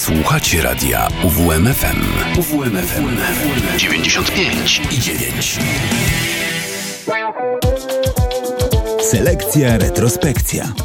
Słuchacie radia UWMFM. UWMFM 95,9. Selekcja, retrospekcja.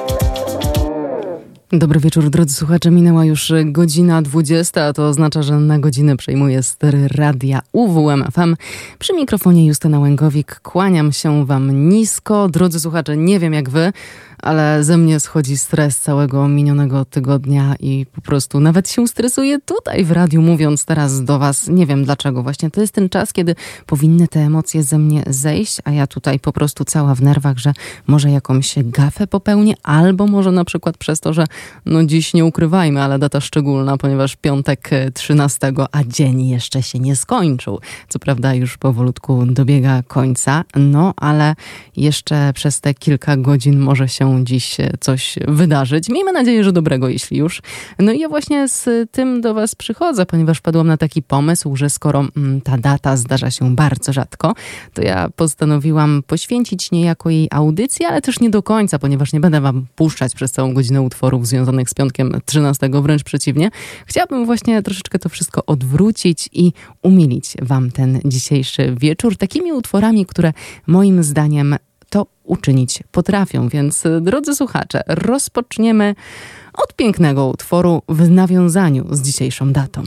Dobry wieczór, drodzy słuchacze. Minęła już godzina 20, a to oznacza, że na godzinę przejmuję stery radia UWMFM. Przy mikrofonie Justyna Łęgowik. Kłaniam się wam nisko. Drodzy słuchacze, nie wiem jak wy, ale ze mnie schodzi stres całego minionego tygodnia i po prostu nawet się stresuję tutaj w radiu, mówiąc teraz do was. Nie wiem dlaczego. Właśnie to jest ten czas, kiedy powinny te emocje ze mnie zejść, a ja tutaj po prostu cała w nerwach, że może jakąś gafę popełnię, albo może na przykład przez to, że no dziś nie ukrywajmy, ale data szczególna, ponieważ piątek 13, a dzień jeszcze się nie skończył. Co prawda już powolutku dobiega końca, no ale jeszcze przez te kilka godzin może się dziś coś wydarzyć. Miejmy nadzieję, że dobrego, jeśli już. No i ja właśnie z tym do was przychodzę, ponieważ wpadłam na taki pomysł, że skoro ta data zdarza się bardzo rzadko, to ja postanowiłam poświęcić niejako jej audycję, ale też nie do końca, ponieważ nie będę wam puszczać przez całą godzinę utworów związanych z piątkiem 13, wręcz przeciwnie. Chciałabym właśnie troszeczkę to wszystko odwrócić i umilić wam ten dzisiejszy wieczór takimi utworami, które moim zdaniem to uczynić potrafią. Więc drodzy słuchacze, rozpoczniemy od pięknego utworu w nawiązaniu z dzisiejszą datą.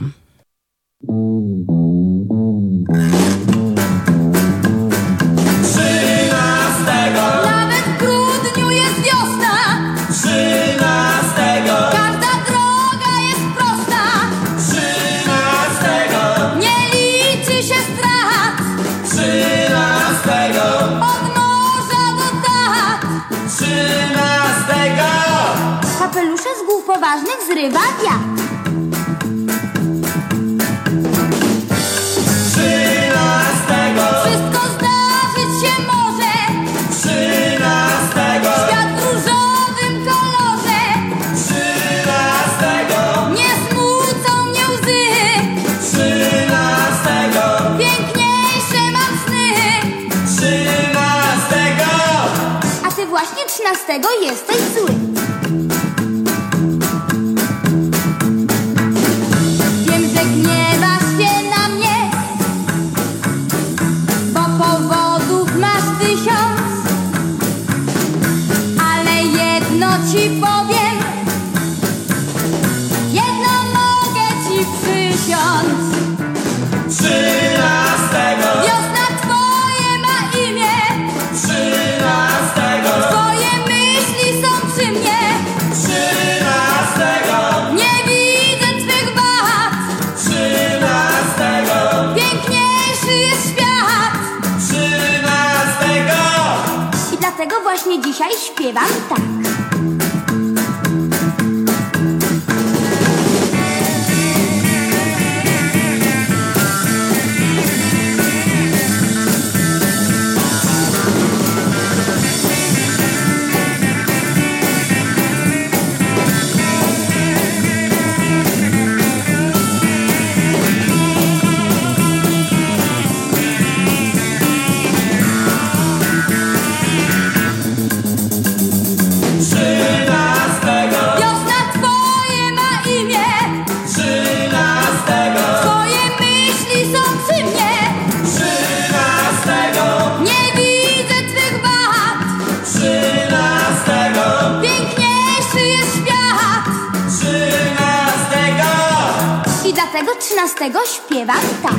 Nawet w grudniu jest wiosna. 13. Każda droga jest prosta. 13. Nie liczy się strat. 13. Od morza do dat. 13. Kapelusze z głów poważnych zrywa wiatr. 13. Wszystko zdarzyć się może. 13. Świat w różowym kolorze. 13. Nie smucą mnie łzy. 13. Piękniejsze mam sny. 13. A ty właśnie 13 jesteś zły. Wiem, że gniewasz się na mnie, bo powodów masz 1000. Ale jedno ci powiem, jedno mogę ci przysiąc. 13. Wiosna twoje ma imię, 13. twoje myśli są przy mnie. 13. Nie widzę twych wad, 13. piękniejszy jest świat. 13. I dlatego właśnie dzisiaj śpiewam tak. Wiosna twoje ma imię, 13. twoje myśli są przy mnie. 13. Nie widzę twych wad, 13. piękniejszy jest świat. 13. I dlatego 13 śpiewam tak.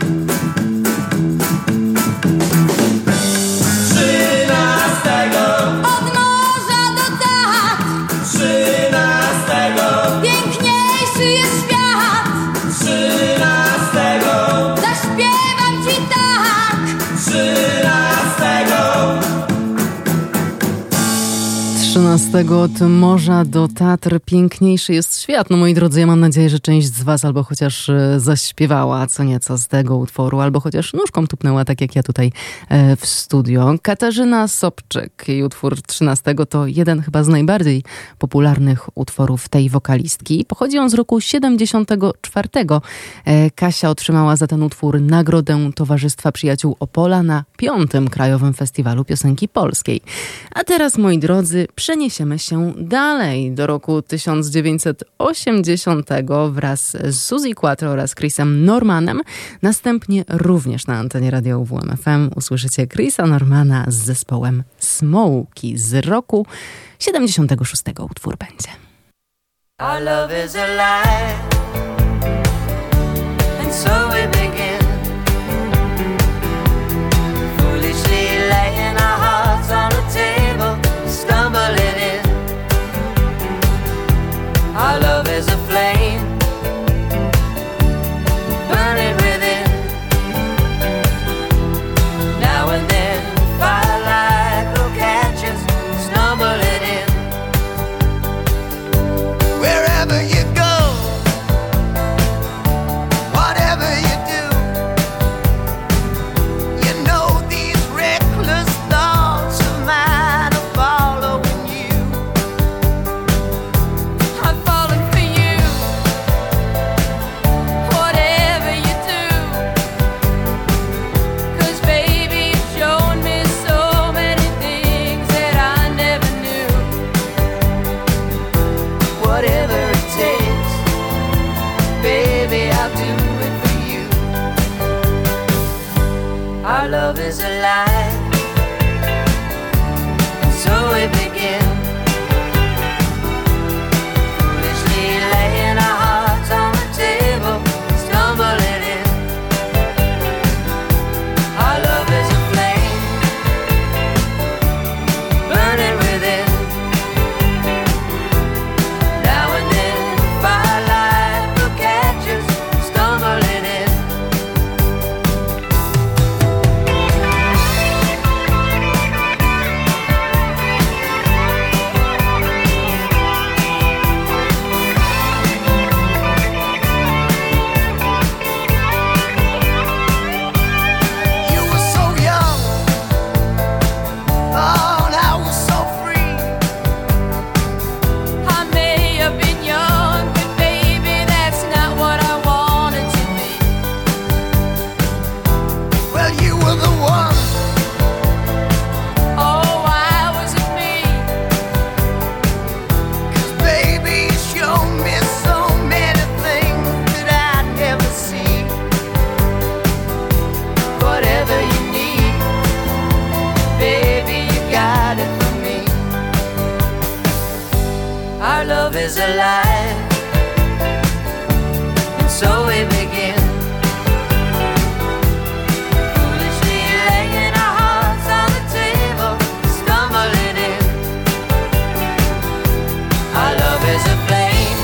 13. Od morza do dat, 13. piękniejszy jest świat. 13. Zaśpiewam ci tak. 13. 13 od morza do Tatr piękniejszy jest świat. No moi drodzy, ja mam nadzieję, że część z was albo chociaż zaśpiewała co nieco z tego utworu, albo chociaż nóżką tupnęła, tak jak ja tutaj w studio. Katarzyna Sobczyk, jej utwór 13 to jeden chyba z najbardziej popularnych utworów tej wokalistki. Pochodzi on z roku 74. Kasia otrzymała za ten utwór Nagrodę Towarzystwa Przyjaciół Opola na 5. Krajowym Festiwalu Piosenki Polskiej. A teraz, moi drodzy, przeniesiemy przeniesiemy się dalej do roku 1980 wraz z Suzy Quattro oraz Chrisem Normanem. Następnie również na antenie Radia UWM FM usłyszycie Chrisa Normana z zespołem Smokey z roku 76. Utwór będzie. Our love is a lie, and so we begin, foolishly laying our hearts on the table, stumbling in. Our love is a flame, burning within. Now and then, firelight will catch us, stumbling in. Wherever you go, whatever you do, you know these reckless thoughts of mine are following you. I'm falling for you, whatever you do, 'cause baby you've shown me so many things that I never knew. Whatever it takes, baby, I'll do it for you. Our love is a lie, and so we begin, foolishly laying our hearts on the table, stumbling in. Our love is a flame, burning within. Now and then, firelight will catch us, stumbling in. You were so young, oh, and I was so free. I may have been young, but baby, that's not what I wanted to be. Well, you were the one. Oh, I wasn't me. 'Cause baby, you showed me so many things that I'd never see. Whatever you need, baby, you got it for me. Our love is a lie, and so we begin, foolishly laying our hearts on the table, stumbling in. Our love is a flame,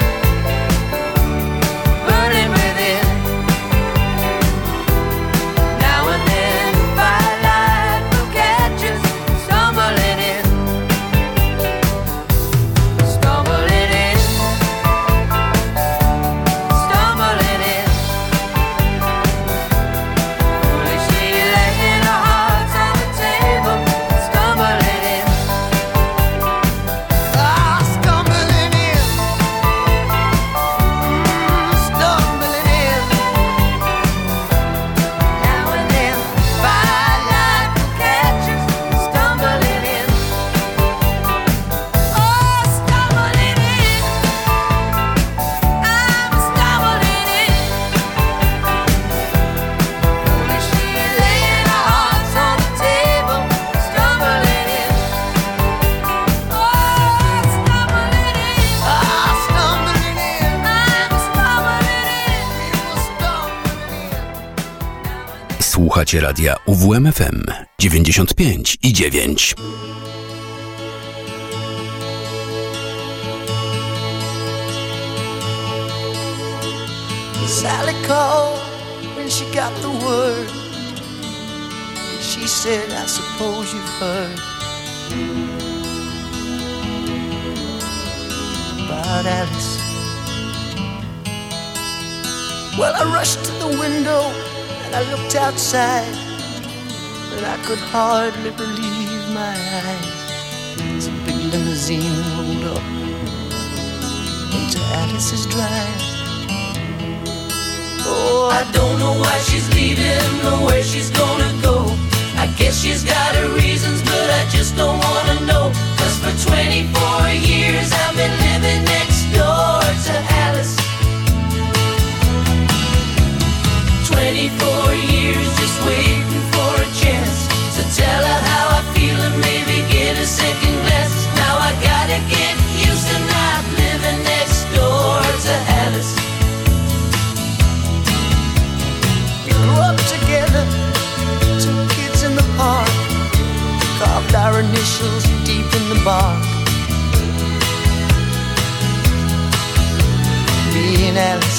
burning within. Now and then, firelight will catch us, stumbling in. Stumbling in, stumbling in, foolishly laying our hearts on the table, stumbling in. Ah, stumbling in, stumbling in. Now and then, firelight will catch us, stumbling in. Oh, stumbling in, I'm stumbling in. Foolishly laying our hearts on the table, stumbling in. Oh, stumbling in, ah, stumbling in, I'm stumbling in. We were stumbling in. Słuchacie radia UWM FM 95,9. Sally called when she got the word. She said, I suppose you've heard about Alice. Well, I rushed to the window and I looked outside, and I could hardly believe my eyes. Some big limousine rolled up into Alice's drive. Oh, I don't know why she's leaving or where she's gonna go. I guess she's got her reasons, but I just don't wanna know. 'Cause 'cause for 24 years I've been living next door to Alice. 24 years just waiting for a chance to tell her how I feel and maybe get a second glance. Now I gotta get used to not living next door to Alice. We grew up together, 2 kids in the park, carved our initials deep in the bark. Me and Alice.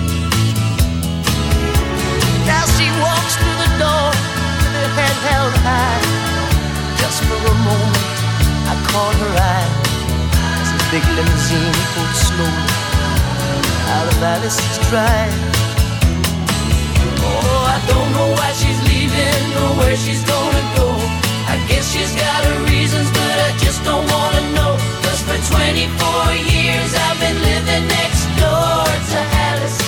Now she walks through the door with her head held high. Just for a moment I caught her eye as the big limousine pulled slowly out of Alice's drive. Oh, I don't know why she's leaving or where she's gonna go. I guess she's got her reasons, but I just don't wanna know. 'Cause for 24 years I've been living next door to Alice.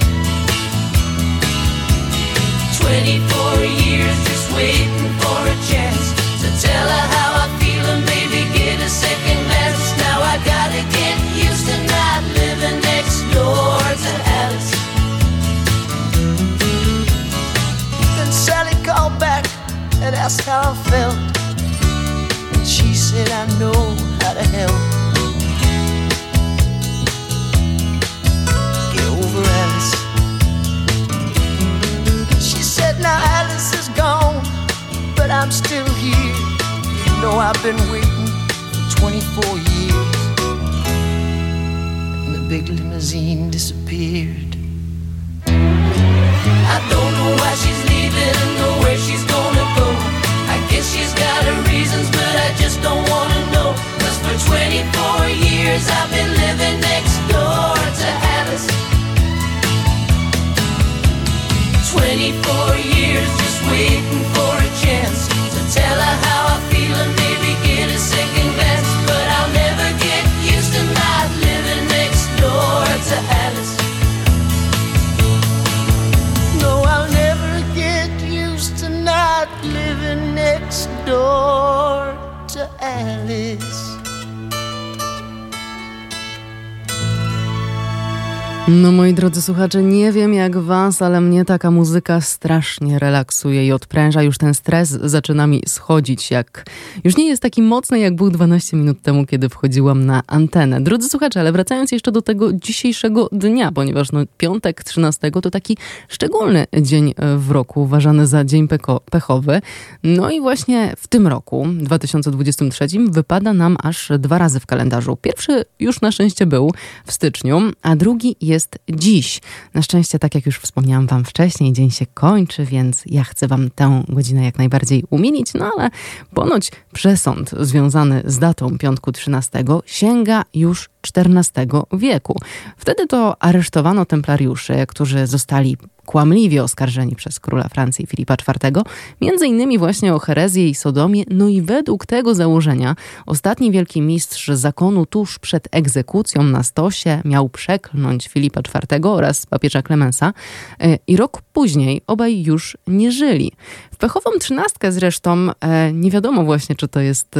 24 years just waiting for a chance to tell her how I feel and maybe get a second glance. Now I gotta get used to not living next door to Alice. Then Sally called back and asked how I felt, and she said I know how to help. Get over Alice. She said now Alice is gone, but I'm still here. You know I've been waiting for 24 years. And the big limousine disappeared. I don't know why she's leaving or where she's gonna go. I guess she's got her reasons, but I just don't wanna know. 'Cause for 24 years I've been living next door to Alice. 24 years just waiting for a chance to tell her how I feel and maybe get a second glance. But I'll never get used to not living next door to Alice. No, I'll never get used to not living next door to Alice. No moi drodzy słuchacze, nie wiem jak was, ale mnie taka muzyka strasznie relaksuje i odpręża. Już ten stres zaczyna mi schodzić, już nie jest taki mocny, jak był 12 minut temu, kiedy wchodziłam na antenę. Drodzy słuchacze, ale wracając jeszcze do tego dzisiejszego dnia, ponieważ piątek 13 to taki szczególny dzień w roku, uważany za dzień pechowy. No i właśnie w tym roku, 2023, wypada nam aż 2 razy w kalendarzu. Pierwszy już na szczęście był w styczniu, a drugi jest dziś. Na szczęście, tak jak już wspomniałam wam wcześniej, dzień się kończy, więc ja chcę wam tę godzinę jak najbardziej umilić, no ale ponoć przesąd związany z datą piątku 13 sięga już XIV wieku. Wtedy to aresztowano templariuszy, którzy zostali kłamliwie oskarżeni przez króla Francji Filipa IV, między innymi właśnie o herezję i sodomię. No i według tego założenia ostatni wielki mistrz zakonu tuż przed egzekucją na stosie miał przeklnąć Filipa IV oraz papieża Klemensa i rok później obaj już nie żyli. W pechową 13 zresztą nie wiadomo właśnie, czy to jest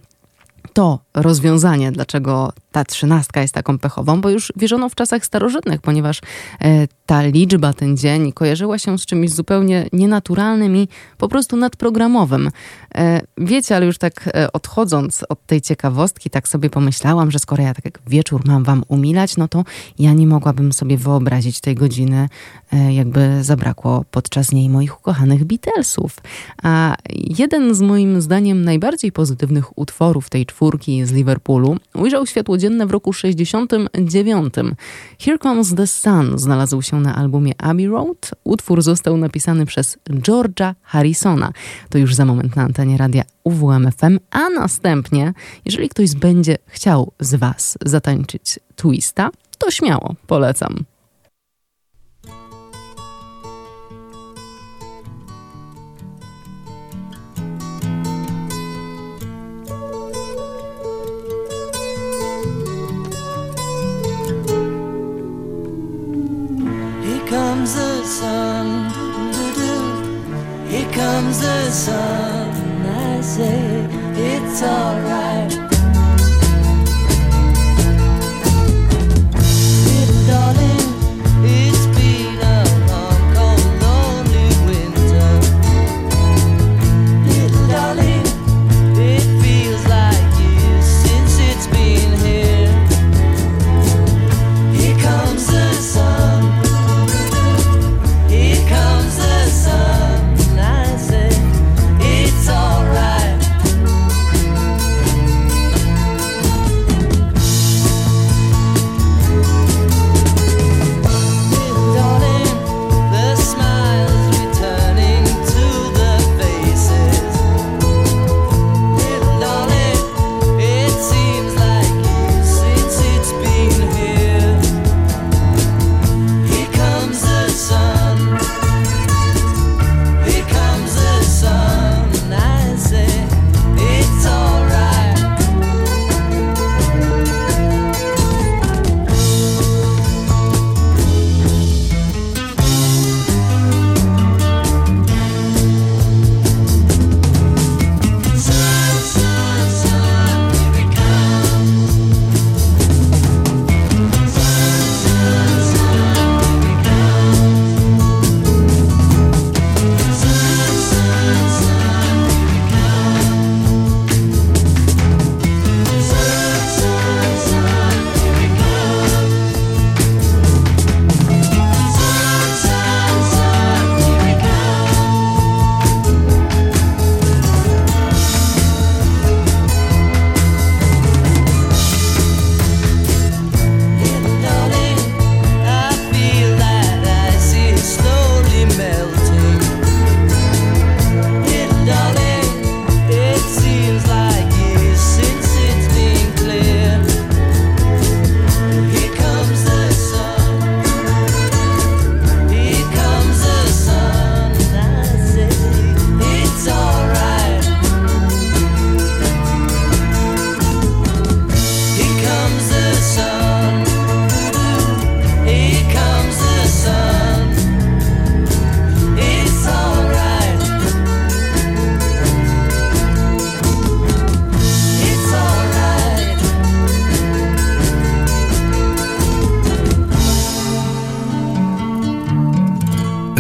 to rozwiązanie, dlaczego ta 13 jest taką pechową, bo już wierzono w czasach starożytnych, ponieważ ta liczba, ten dzień kojarzyła się z czymś zupełnie nienaturalnym i po prostu nadprogramowym. Wiecie, ale już tak odchodząc od tej ciekawostki, tak sobie pomyślałam, że skoro ja tak jak wieczór mam wam umilać, no to ja nie mogłabym sobie wyobrazić tej godziny, jakby zabrakło podczas niej moich ukochanych Beatlesów. A jeden z moim zdaniem najbardziej pozytywnych utworów tej czwórki z Liverpoolu ujrzał światło dzienne w roku 69. Here Comes the Sun znalazł się na albumie Abbey Road. Utwór został napisany przez George'a Harrisona. To już za moment na antenie radia UWMFM, a następnie, jeżeli ktoś będzie chciał z was zatańczyć twista, to śmiało polecam. Comes the sun, here comes the sun. I say it's alright.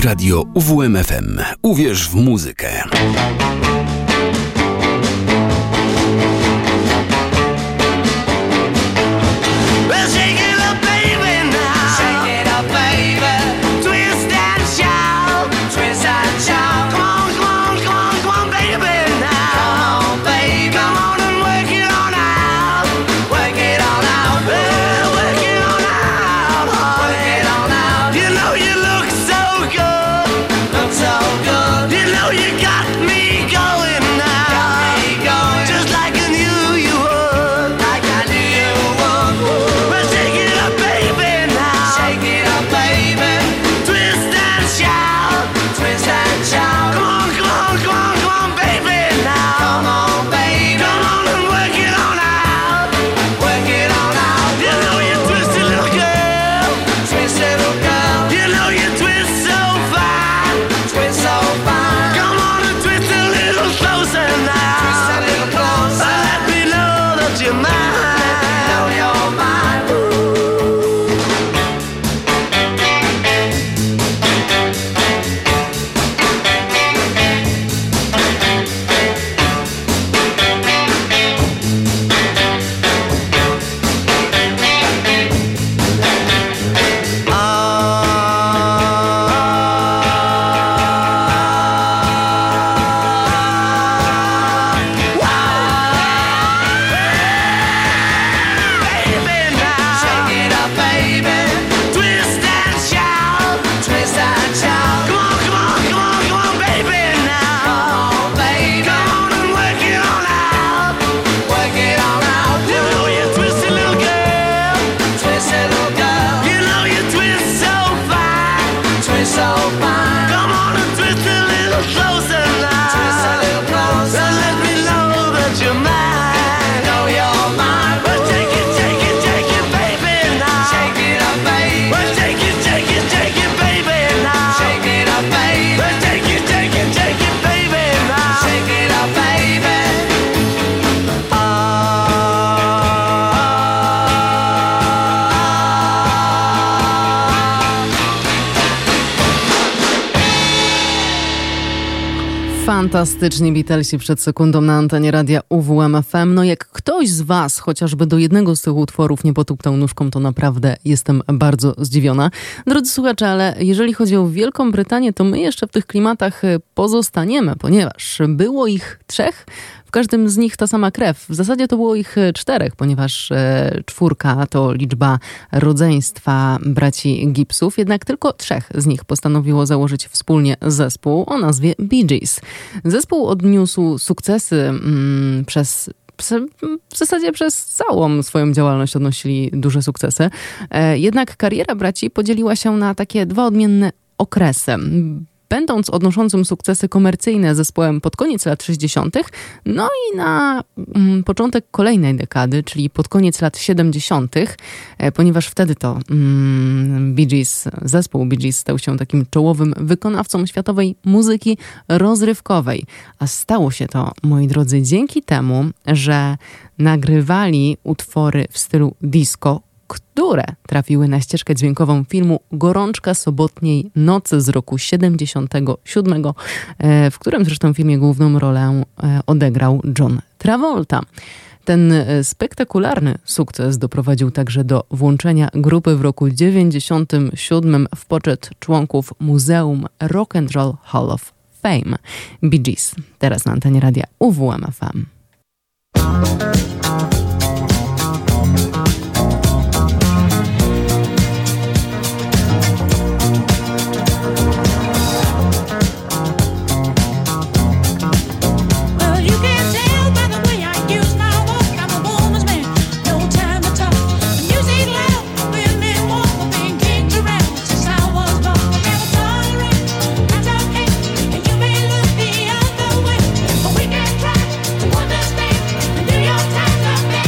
Radio UWMFM. Uwierz w muzykę. Fantastycznie Beatlesi przed sekundą na antenie radia UWMFM. No jak ktoś z was chociażby do jednego z tych utworów nie potuptał nóżką, to naprawdę jestem bardzo zdziwiona. Drodzy słuchacze, ale jeżeli chodzi o Wielką Brytanię, to my jeszcze w tych klimatach pozostaniemy, ponieważ było ich 3. W każdym z nich ta sama krew. W zasadzie to było ich 4, ponieważ 4 to liczba rodzeństwa braci Gibbsów. Jednak tylko 3 z nich postanowiło założyć wspólnie zespół o nazwie Bee Gees. Zespół odniósł sukcesy w zasadzie przez całą swoją działalność odnosili duże sukcesy. Jednak kariera braci podzieliła się na takie 2 odmienne okresy. Będąc odnoszącym sukcesy komercyjne zespołem pod koniec lat 60., no i na początek kolejnej dekady, czyli pod koniec lat 70., ponieważ wtedy to zespół Bee Gees stał się takim czołowym wykonawcą światowej muzyki rozrywkowej. A stało się to, moi drodzy, dzięki temu, że nagrywali utwory w stylu disco, które trafiły na ścieżkę dźwiękową filmu Gorączka sobotniej nocy z roku 77, w którym zresztą w filmie główną rolę odegrał John Travolta. Ten spektakularny sukces doprowadził także do włączenia grupy w roku 97 w poczet członków Muzeum Rock and Roll Hall of Fame. Bee Gees, teraz na antenie radia UWMFM. Understand, do your time.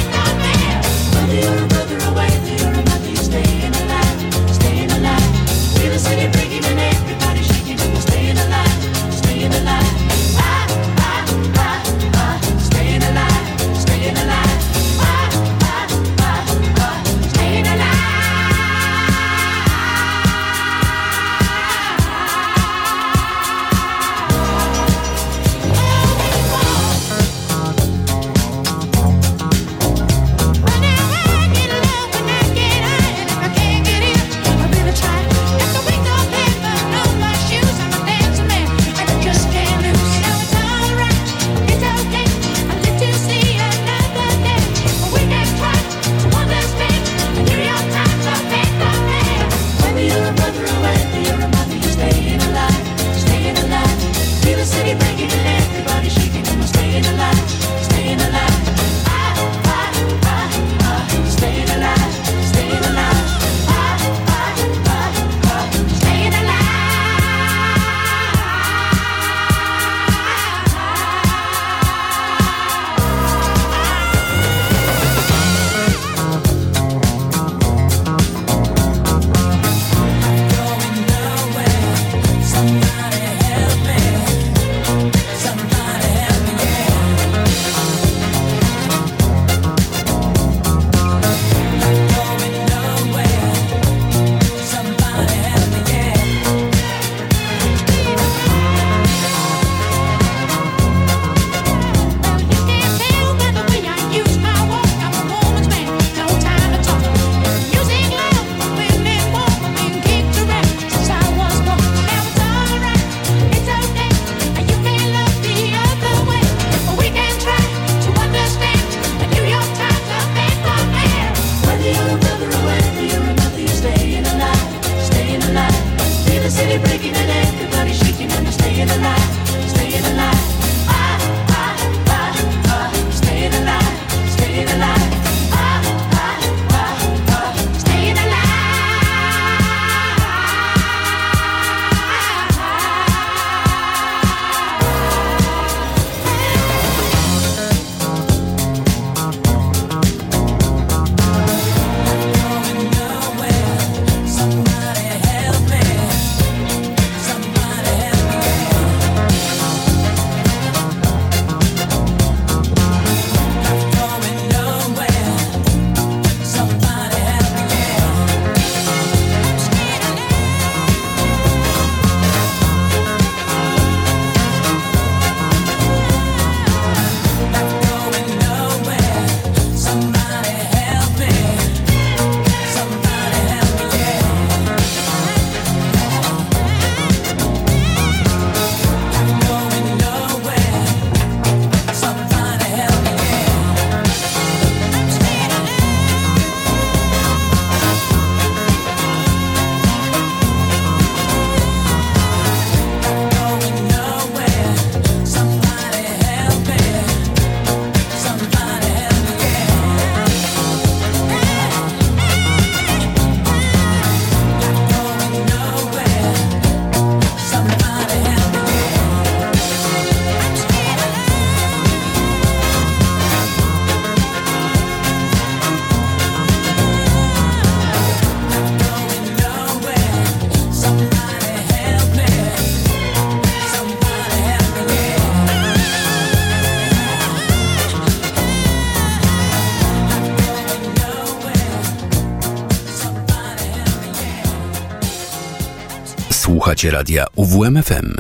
Słuchacie radia UWMFM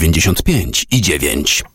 95,9.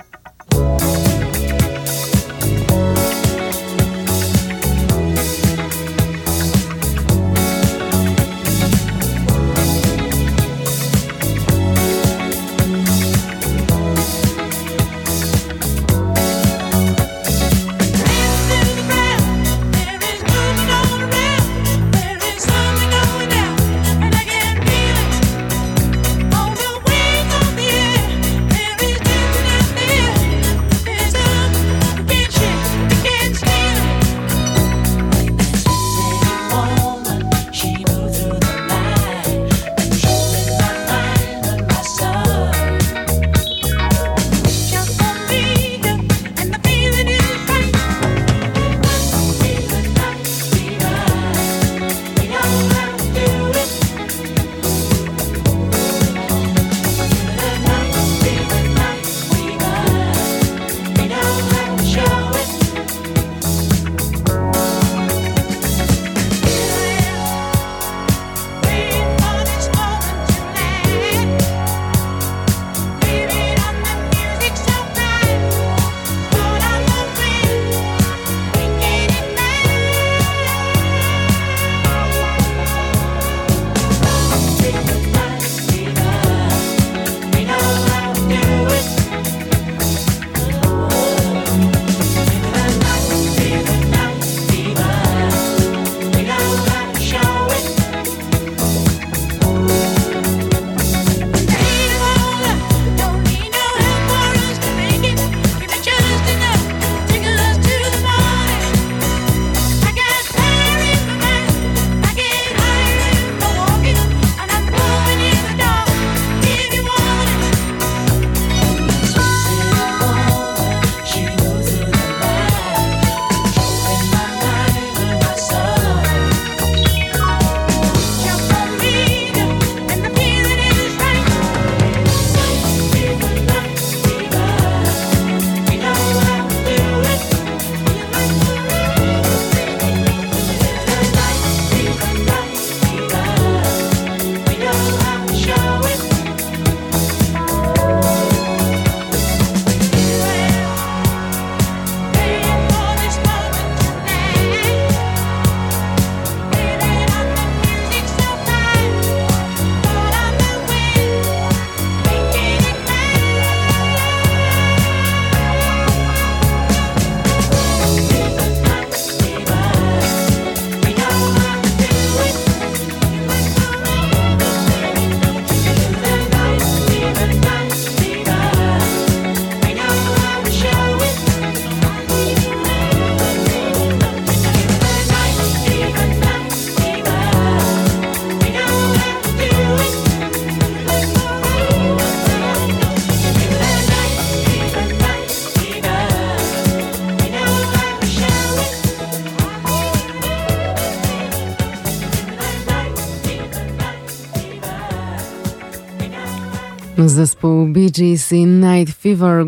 Zespół Bee Gees i Night Fever,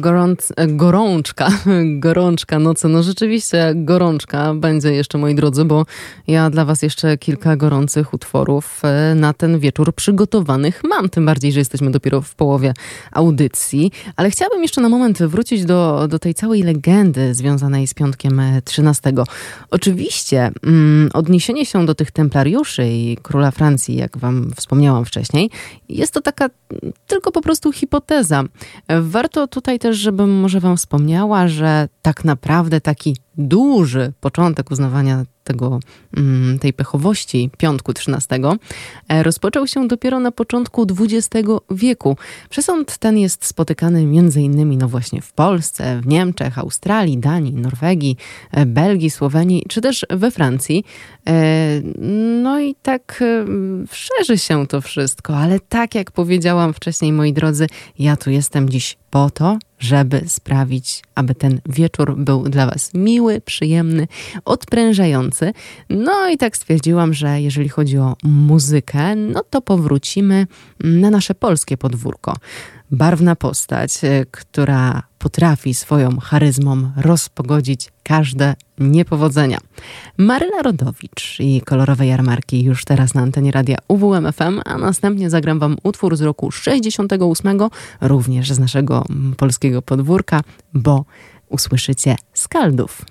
gorączka nocy. No rzeczywiście gorączka będzie jeszcze, moi drodzy, bo ja dla was jeszcze kilka gorących utworów na ten wieczór przygotowanych mam. Tym bardziej, że jesteśmy dopiero w połowie audycji. Ale chciałabym jeszcze na moment wrócić do tej całej legendy związanej z piątkiem 13. Oczywiście odniesienie się do tych templariuszy i króla Francji, jak wam wspomniałam wcześniej, jest to taka tylko po prostu hipoteza. Warto tutaj też, żebym może wam wspomniała, że tak naprawdę taki duży początek uznawania tej pechowości piątku 13 rozpoczął się dopiero na początku XX wieku. Przesąd ten jest spotykany m.in. no właśnie w Polsce, w Niemczech, Australii, Danii, Norwegii, Belgii, Słowenii, czy też we Francji. No i tak szerzy się to wszystko, ale tak jak powiedziałam wcześniej, moi drodzy, ja tu jestem dziś po to, żeby sprawić, aby ten wieczór był dla was miły, przyjemny, odprężający. No i tak stwierdziłam, że jeżeli chodzi o muzykę, no to powrócimy na nasze polskie podwórko. barwna postać, która potrafi swoją charyzmą rozpogodzić każde niepowodzenia. Maryla Rodowicz i Kolorowe Jarmarki już teraz na antenie radia UWMFM, a następnie zagram wam utwór z roku 68, również z naszego polskiego podwórka, bo usłyszycie Skaldów.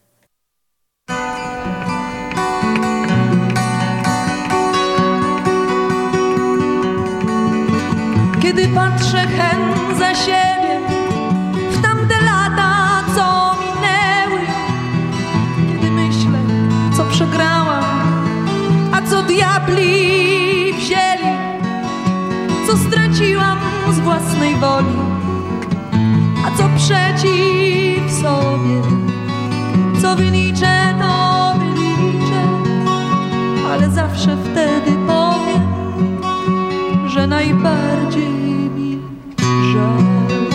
Kiedy patrzę hen za siebie w tamte lata, co minęły, kiedy myślę, co przegrałam, a co diabli wzięli, co straciłam z własnej woli, a co przeciw sobie, co wyliczę, to wyliczę, ale zawsze wtedy powiem, że najbardziej mi żal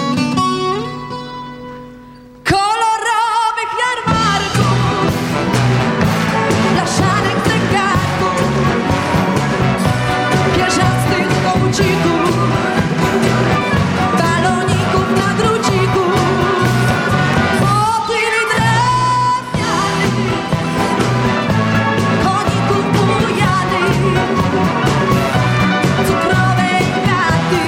kolorowych jarmarków, blaszanych zegarków, pierzastych kołcików, baloników na druciku, motyli drewnianych, koników bujanych, cukrowej katy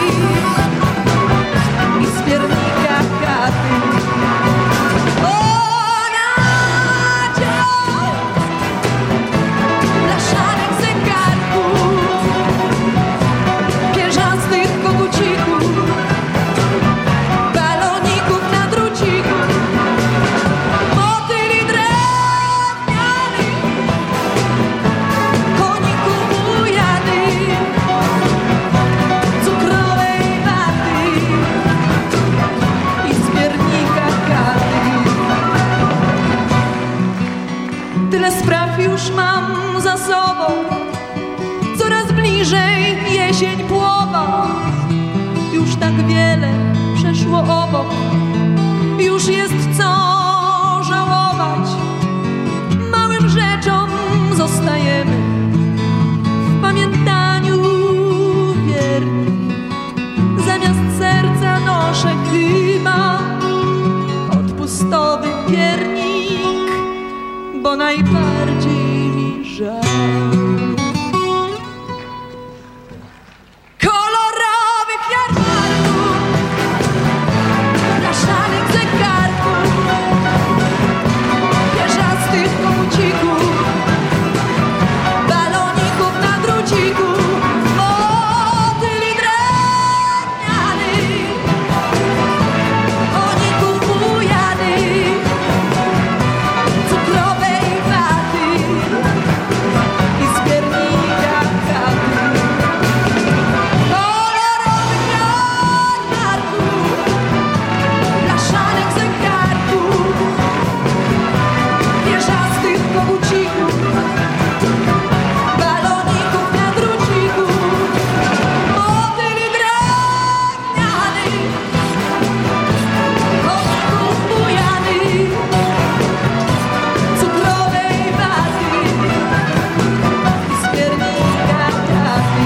i z piernika katy. O Nadzio, blaszanych zegarków, pierzastych kogucików, baloników na druciku, motyli drewnianych, koników bujanych, cukrowej waty i z piernika katy. Tyle spraw już mam za sobą, coraz bliżej jesień płowa. Już tak wiele przeszło obok, już jest co żałować. Małym rzeczom zostajemy w pamiętaniu wierni. Zamiast serca noszę chyba odpustowy piernik, bo najbardziej mi żal kolorowych jarmarków, blaszanych zegarków, pierzastych kołcików, baloników na druciku, motyli drewnianych, koników bujanych, cukrowej waty i z piernika katy. Kolorowych jarmarków, blaszanych zegarków, pierzastych kogucików, baloników na druciku, motyli drewnianych, koników bujanych, cukrowej waty i z piernika katy.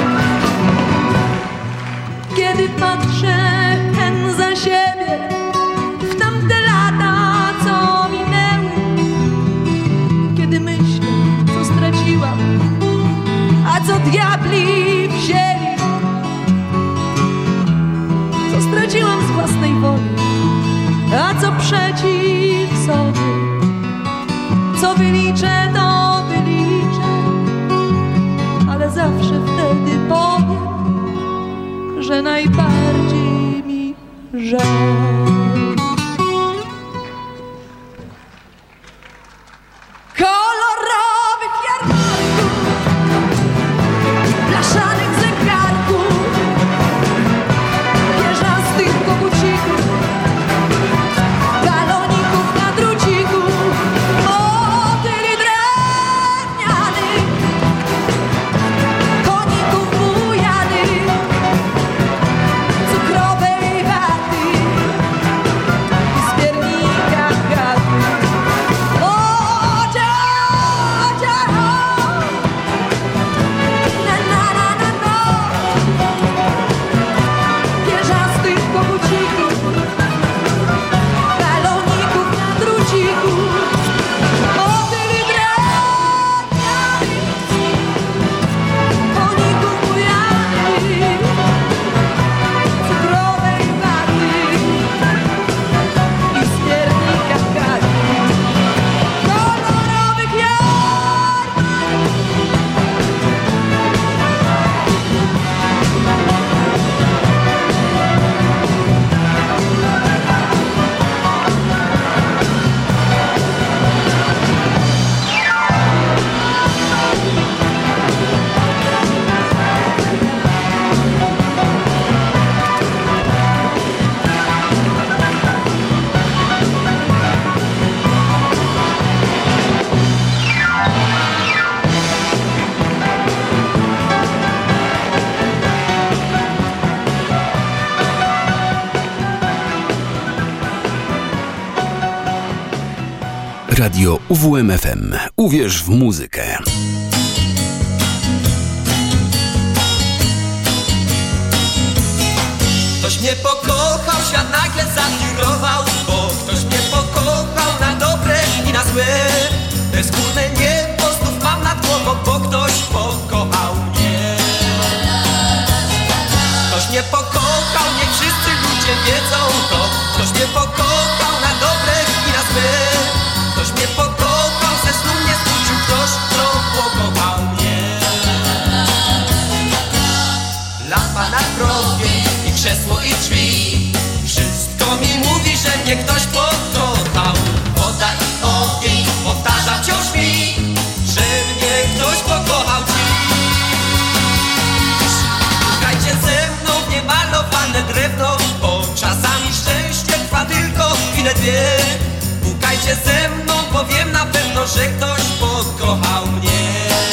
Kiedy patrzę hen za siebie w tamte lata, co minęły, kiedy myślę, co straciłam, a co diabli wzięli, co straciłam z własnej woli, a co przeciw sobie, co wyliczę, to wyliczę, ale zawsze wtedy powiem, że najbardziej mi żal kolorowych jarmarków, blaszanych zegarków, pierzastych kogucików, baloników na druciku, motyli drewnianych, koników bujanych, cukrowej waty Radio UWMFM. Uwierz w muzykę. Ktoś mnie pokochał, świat nagle zawirował, bo ktoś mnie pokochał na dobre i na złe. Bezskórne niebo znów mam nad głową, bo ktoś pokochał mnie. Ktoś mnie pokochał, niech wszyscy ludzie wiedzą to. Ktoś mnie pokochał na dobre i na złe. Ktoś mnie pokochał, ze snu mnie zbudził ktoś, kto pokochał mnie. Lampa nad progiem i krzesło i drzwi, wszystko mi mówi, że mnie ktoś pokochał. Woda i ogień powtarza wciąż mi, że mnie ktoś pokochał dziś. Szukajcie ze mną w niemalowane drewno, bo czasami szczęście trwa tylko chwilę dwie. Pukajcie ze mną, bo wiem na pewno, że ktoś pokochał mnie.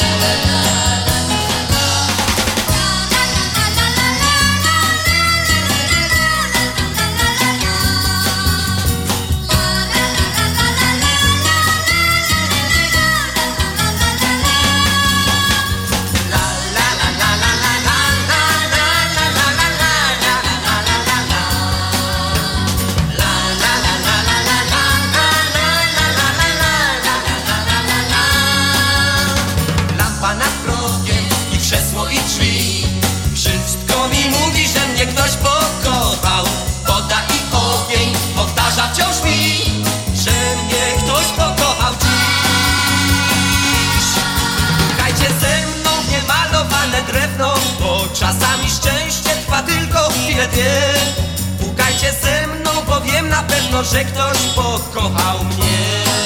Czasami szczęście trwa tylko chwilę dwie. Pukajcie ze mną, bo wiem na pewno, że ktoś pokochał mnie.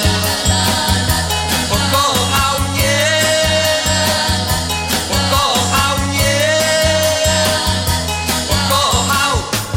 Pokochał mnie. Pokochał mnie. Pokochał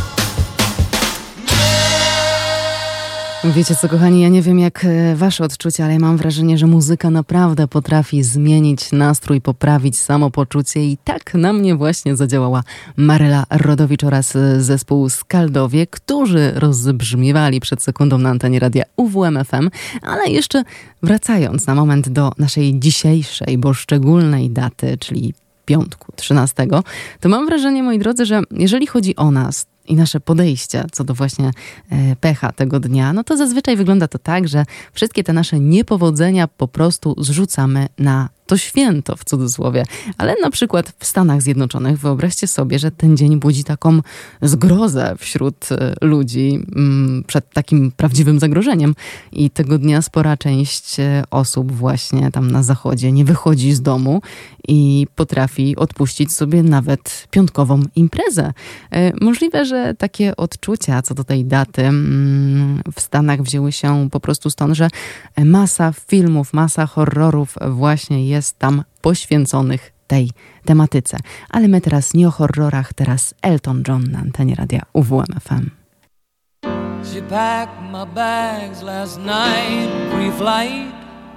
mnie. Wiecie co, kochani, ja nie wiem jak wasze odczucia, ale ja mam wrażenie, że muzyka naprawdę potrafi zmienić nastrój, poprawić samopoczucie i tak na mnie właśnie zadziałała Maryla Rodowicz oraz zespół Skaldowie, którzy rozbrzmiewali przed sekundą na antenie radia UWMFM, ale jeszcze wracając na moment do naszej dzisiejszej, bo szczególnej daty, czyli piątku 13, to mam wrażenie, moi drodzy, że jeżeli chodzi o nas i nasze podejście co do właśnie pecha tego dnia, no to zazwyczaj wygląda to tak, że wszystkie te nasze niepowodzenia po prostu zrzucamy na to święto, w cudzysłowie. Ale na przykład w Stanach Zjednoczonych wyobraźcie sobie, że ten dzień budzi taką zgrozę wśród ludzi przed takim prawdziwym zagrożeniem. I tego dnia spora część osób właśnie tam na zachodzie nie wychodzi z domu i potrafi odpuścić sobie nawet piątkową imprezę. Możliwe, że takie odczucia co do tej daty w Stanach wzięły się po prostu stąd, że masa filmów, masa horrorów właśnie jest tam poświęconych tej tematyce. Ale my teraz nie o horrorach, teraz Elton John na antenie radia UWMFM. She packed my bags last night, pre-flight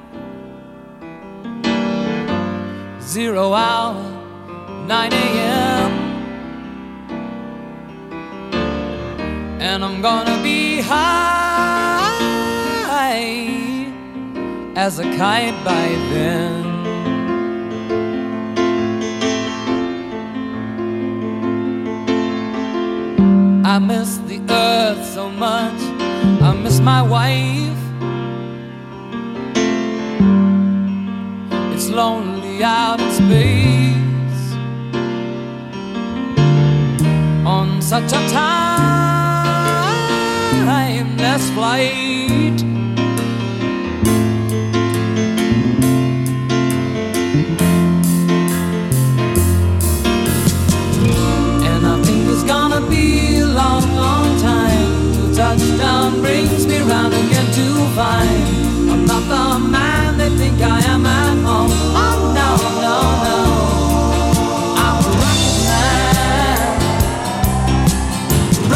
0 hour, 9 a.m. And I'm gonna be high as a kite by then. I miss the earth so much, I miss my wife. It's lonely out in space on such a timeless flight. And I think it's gonna be a long, long time till touchdown brings me round again to find I'm not the man they think I am at home. Oh no, no, no, I'm a rocket man.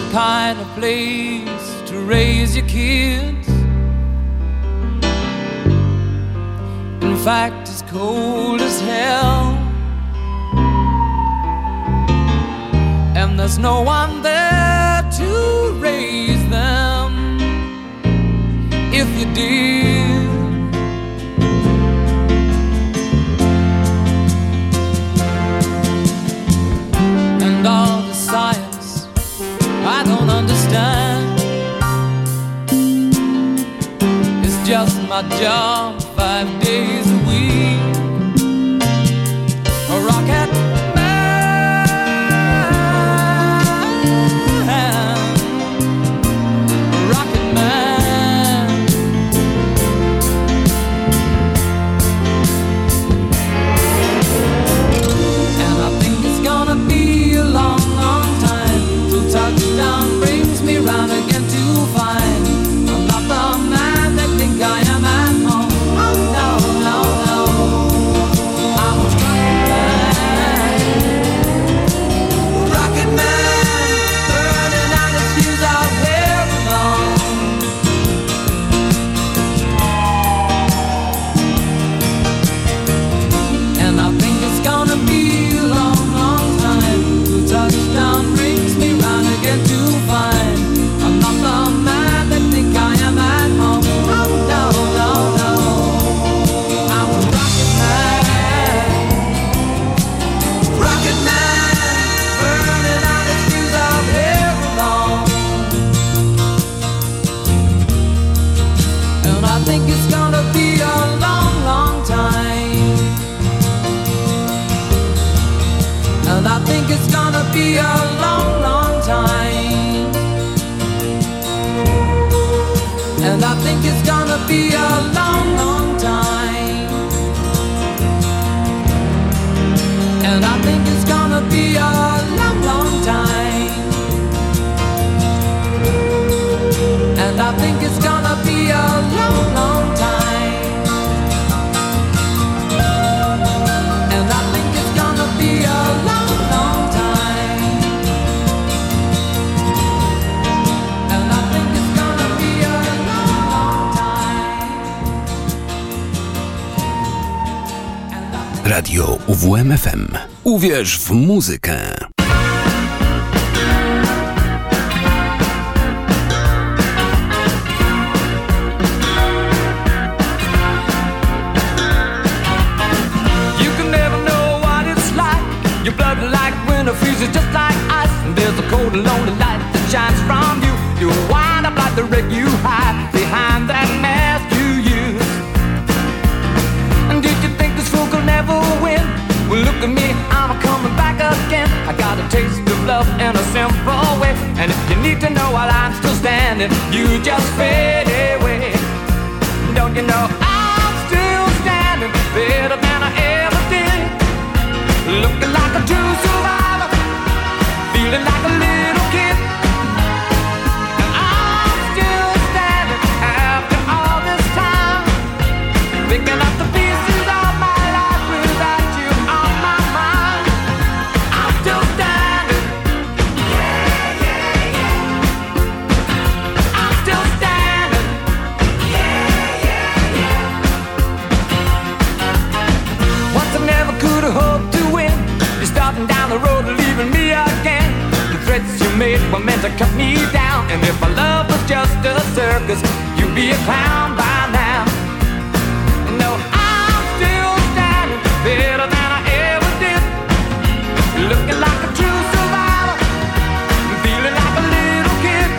kind of place to raise your kids. In fact, it's cold as hell, and there's no one there to raise them if you did. And all the science I don't understand, it's just my job 5 days a week. A rocket man, a rocket man. And I think it's gonna be a long, long time till touchdown brings me round again to find I'm not the man they think I am at home. Oh no, no, no, I'm a rocket man, burning out its fuse out here alone. And I think it's gonna be a long, long time till touchdown brings me round again to find I'm not the man they think I am at home. Oh no, no, no, I'm a rocket man, burning out its fuse out here alone. And I think it's gonna be a long, long time. And I think it's gonna be a long, long time. And I think it's gonna be a long, long time. And I think it's gonna be a long, long time. And I think it's gonna be a long, long time. And I think it's gonna be a long, long time. And I think it's gonna be a long, long time. And I think Radio UWM FM. Uwierz w muzykę. you can never know what it's like. Your blood like winter freezes just like ice. And there's a cold and lonely light that shines from you. You wind up like the wreck you hide behind that mask you use. And did you think this fool could never win? Well, look at me, I'm coming back again. I got a taste of love in a simple way. And if you need to know while I'm still standing, you just fade away. Don't you know I'm still standing better than I ever did? Looking like a true survivor, feeling like a little kid. And I'm still standing after all this time, picking up the pieces of my life without you on my mind. I'm still standing. Yeah, yeah, yeah. I'm still standing. Yeah, yeah, yeah. Once I never could have hoped to win. You're starting down the road and leaving me again. The threats you made were meant to cut me down. And if my love was just a circus, you'd be a clown by now. No, I'm still standing better than I ever did. Looking like a true survivor, feeling like a little kid.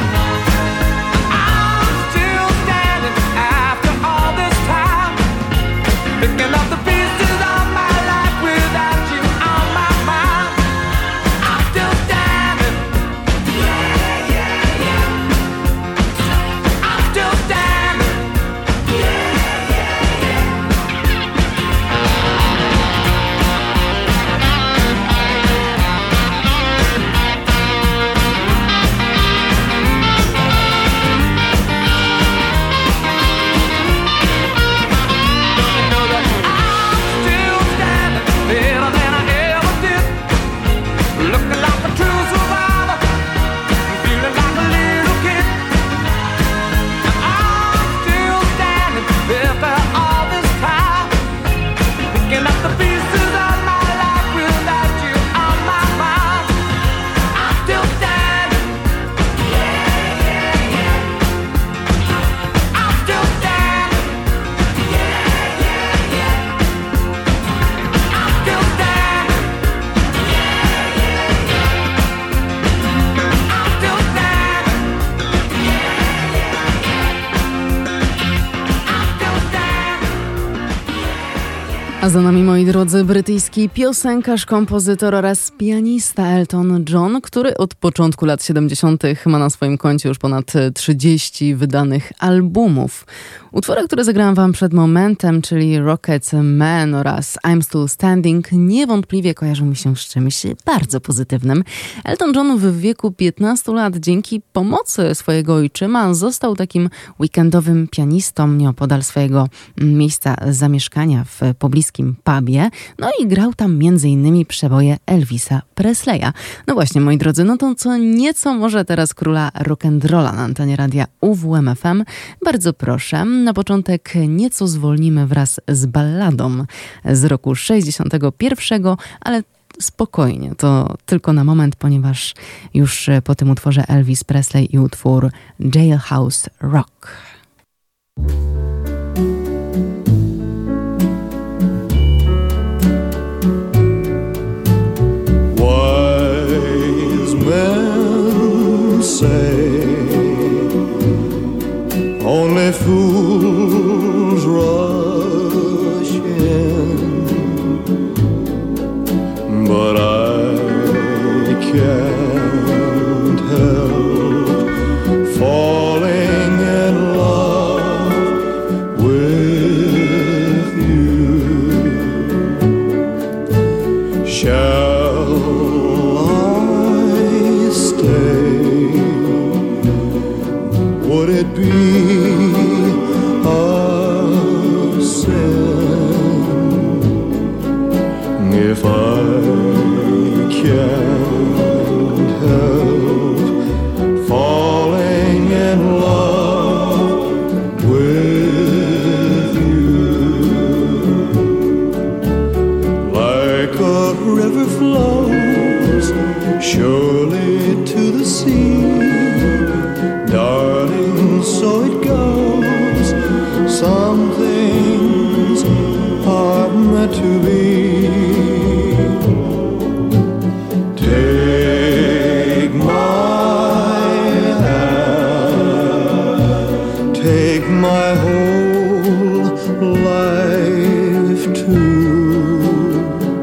I'm still standing after all this time, picking up the pieces of my life without you on my mind. I'm still standing. Yeah, yeah, yeah. A za nami, moi drodzy, brytyjski piosenkarz, kompozytor oraz pianista Elton John, który od początku lat 70. ma na swoim koncie już ponad 30 wydanych albumów. Utwory, które zagrałam wam przed momentem, czyli Rocket Man oraz I'm Still Standing, niewątpliwie kojarzą mi się z czymś bardzo pozytywnym. Elton John w wieku 15 lat dzięki pomocy swojego ojczyma został takim weekendowym pianistą nieopodal swojego miejsca zamieszkania w pobliskim pubie. No i grał tam m.in. przeboje Elvisa Presleya. No właśnie, moi drodzy, no to co nieco może teraz króla rock'n'rolla na antenie radia UWM FM. Bardzo proszę, na początek nieco zwolnimy wraz z balladą z roku 61, ale spokojnie, to tylko na moment, ponieważ już po tym utworze Elvis Presley i utwór Jailhouse Rock. Wise men say only fools rush in, but I can't help falling in love with you. Shall I stay? Would it be a sin if I can't help falling in love with you? Like a river flows surely to the sea, darling, so it goes. Some things are meant to be. Take my hand, take my whole life too,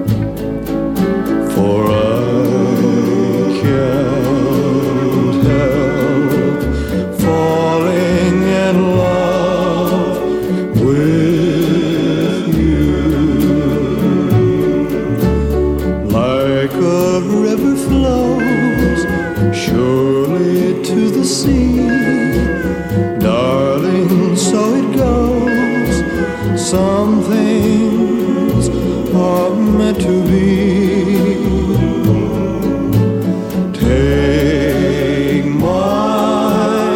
for I can't help falling in love with you. Like a river flows surely to the sea, darling, so it goes. Some things are meant to be. Take my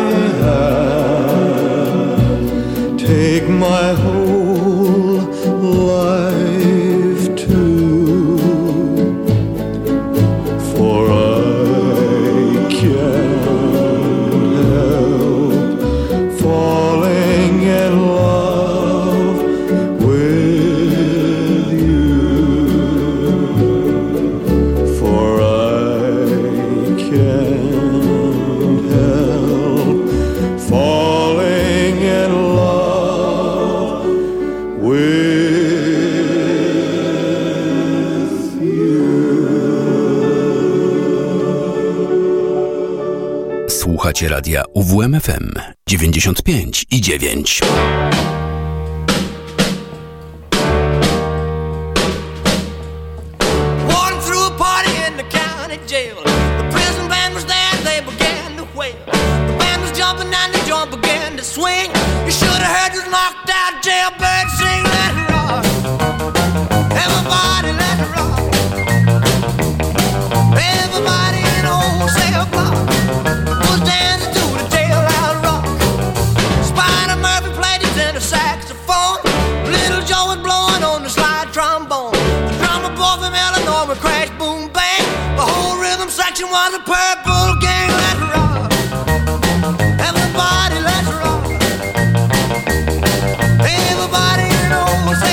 hand, take my whole life too, for I can't help falling in love with you, for I can't help falling in love with Słuchacie radia UWM FM 95,9. Walking through a party in the county jail. The prison band was there, they began to wail. The band was jumping and the joint began to swing. You should have heard this knocked out jailbird sing. Let it rock, everybody let it rock. Everybody in the whole cell block was dancing to the jailhouse rock. Spider Murphy played his tenor saxophone. Little Joe was blowing on the slide trombone. The drummer boy from Illinois would crash, boom, bang. The whole rhythm section was a purple gang. Let's rock, everybody, let's rock. Everybody in the whole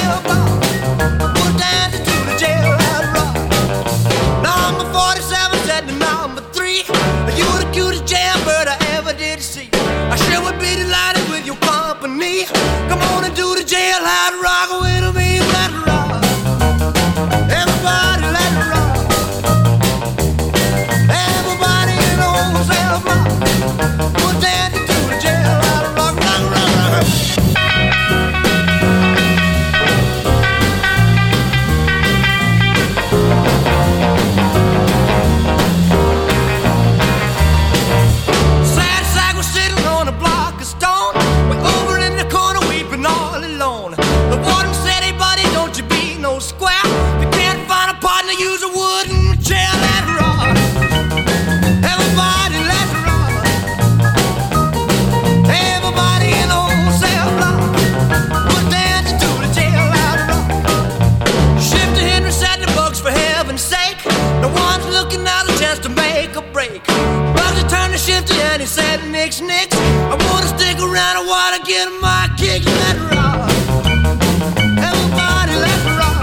that next. I wanna stick around, I wanna get my kick in that rock. Everybody, let's rock.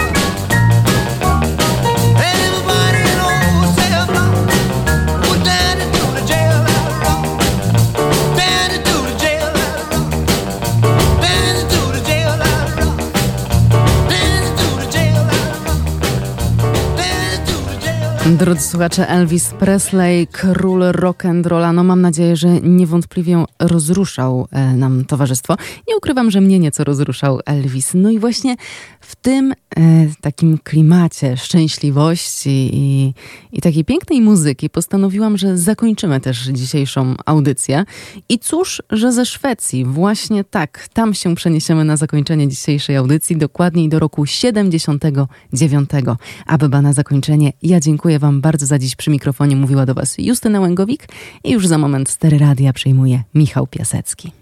Everybody knows they're rock. We're down into the jail, let's rock. Down into the jail, let's rock. Down into the jail, let's rock. Down into the jail, let's rock. Down into the jail. Drodzy słuchacze, Elvis Presley, król rock'n'rolla. No mam nadzieję, że niewątpliwie rozruszał nam towarzystwo. Nie ukrywam, że mnie nieco rozruszał Elvis. No i właśnie w tym takim klimacie szczęśliwości i takiej pięknej muzyki postanowiłam, że zakończymy też dzisiejszą audycję. I cóż, że ze Szwecji, właśnie tak, tam się przeniesiemy na zakończenie dzisiejszej audycji, dokładniej do roku 79. A chyba na zakończenie ja dziękuję Wam bardzo za dziś. Przy mikrofonie mówiła do Was Justyna Łęgowik i już za moment stery radia przejmuje Michał Piasecki.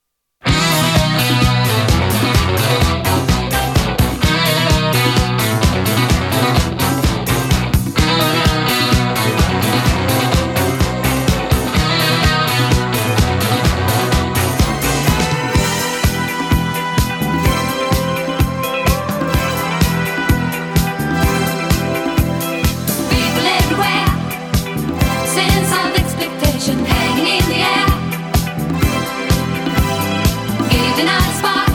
Hanging in the air, giving out a spark.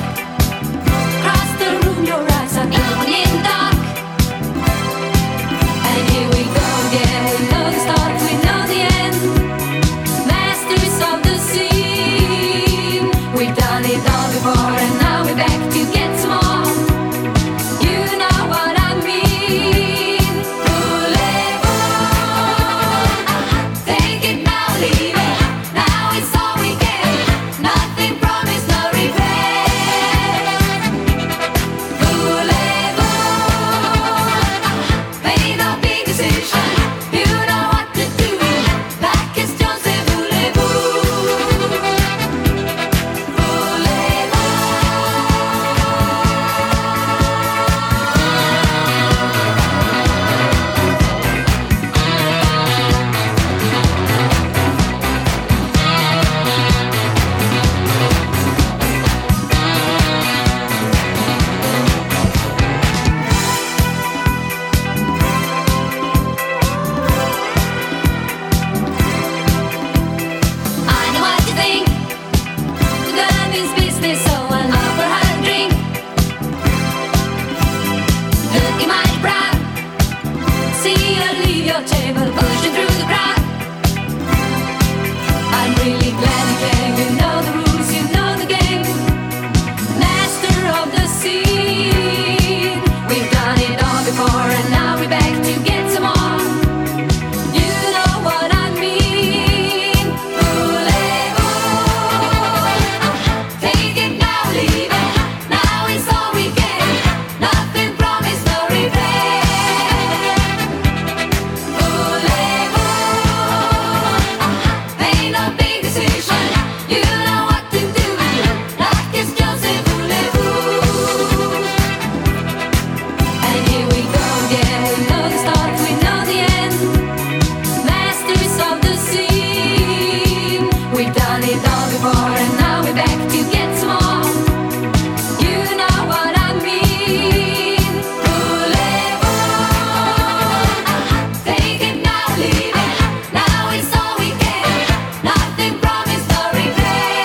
Take it now, leave it. Now it's all we get. Nothing promised or regret.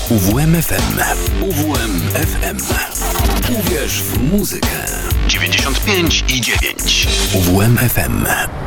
UWM FM. UWM FM. Uwierz w muzykę. 95,9. UWM FM.